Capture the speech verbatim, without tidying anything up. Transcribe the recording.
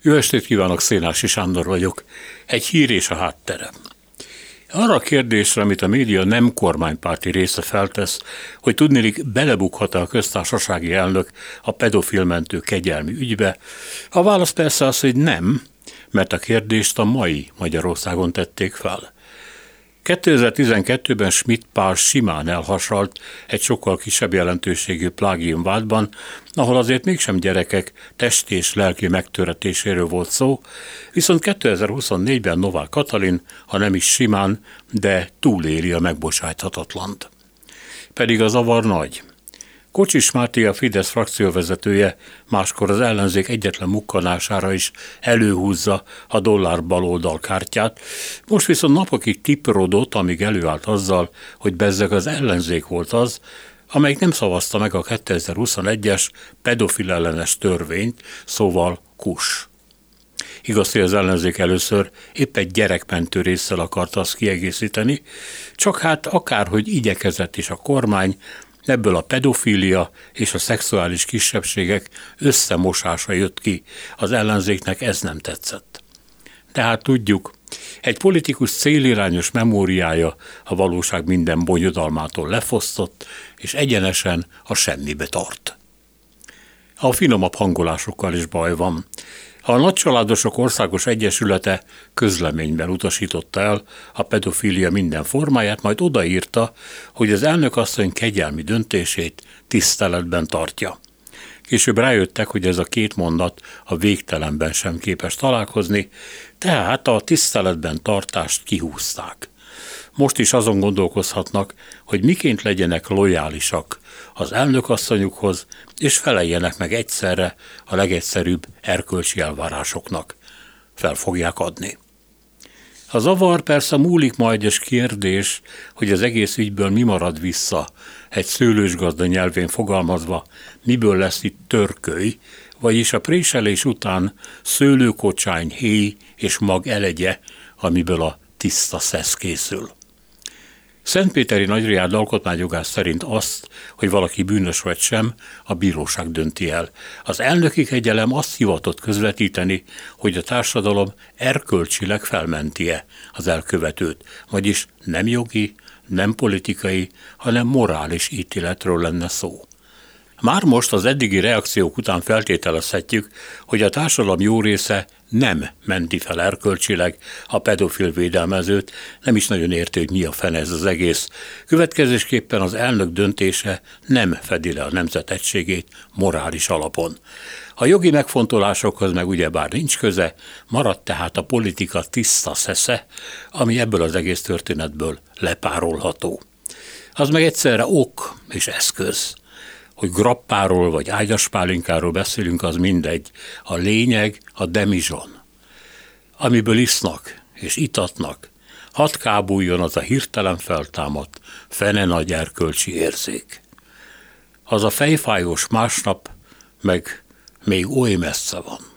Jó estét kívánok, Szénási Sándor vagyok. Egy hír és a háttere. Arra a kérdésre, amit a média nem kormánypárti része feltesz, hogy tudniillik belebukhat-e a köztársasági elnök a pedofilmentő kegyelmi ügybe, a válasz persze az, hogy nem, mert a kérdést a mai Magyarországon tették fel. kétezer-tizenkettőben Schmidt Pál simán elhasalt egy sokkal kisebb jelentőségű plágium vádban, ahol azért mégsem gyerekek testi és lelki megtöretéséről volt szó, viszont kétezer-huszonnégyben Novák Katalin, ha nem is simán, de túléli a megbocsájthatatlant. Pedig a zavar nagy. Kocsis Máté, a Fidesz frakcióvezetője máskor az ellenzék egyetlen mukkanására is előhúzza a dollár baloldal kártyát, most viszont napokig tiprodott, amíg előállt azzal, hogy bezzeg az ellenzék volt az, amelyik nem szavazta meg a kétezer-huszonegyes pedofil ellenes törvényt, szóval kus. Igaz, hogy az ellenzék először épp egy gyerekmentő résszel akarta azt kiegészíteni, csak hát akárhogy igyekezett is a kormány, ebből a pedofília és a szexuális kisebbségek összemosása jött ki, az ellenzéknek ez nem tetszett. Tehát tudjuk, egy politikus célirányos memóriája a valóság minden bonyodalmától lefosztott, és egyenesen a semmibe tart. A finomabb hangolásokkal is baj van. A Nagycsaládosok Országos Egyesülete közleményben utasította el a pedofília minden formáját, majd odaírta, hogy az elnökasszony kegyelmi döntését tiszteletben tartja. Később rájöttek, hogy ez a két mondat a végtelenben sem képes találkozni, tehát a tiszteletben tartást kihúzták. Most is azon gondolkozhatnak, hogy miként legyenek lojálisak az elnökasszonyukhoz, és feleljenek meg egyszerre a legegyszerűbb erkölcsi elvárásoknak. Fel fogják adni. A zavar persze múlik majd, és kérdés, hogy az egész ügyből mi marad vissza, egy szőlősgazda nyelvén fogalmazva, miből lesz itt törköly, vagyis a préselés után szőlőkocsány, héj és mag elegye, amiből a tiszta szesz készül. Szentpéteri Nagyriárd alkotmányjogász szerint azt, hogy valaki bűnös vagy sem, a bíróság dönti el. Az elnöki kegyelem azt hivatott közvetíteni, hogy a társadalom erkölcsileg felmenti-e az elkövetőt, vagyis nem jogi, nem politikai, hanem morális ítéletről lenne szó. Már most az eddigi reakciók után feltételezhetjük, hogy a társadalom jó része nem menti fel erkölcsileg a pedofil védelmezőt, nem is nagyon érti, hogy mi a fene ez az egész. Következésképpen az elnök döntése nem fedi le a nemzet egységét morális alapon. A jogi megfontolásokhoz meg ugyebár nincs köze, maradt tehát a politika tiszta szesze, ami ebből az egész történetből lepárolható. Az meg egyszerre ok és eszköz. Hogy grappáról vagy ágyaspálinkáról beszélünk, az mindegy. A lényeg a demizson. Amiből isznak és itatnak, hadd kábuljon az a hirtelen feltámadt, fene nagy erkölcsi érzék. Az a fejfájós másnap meg még oly messze van.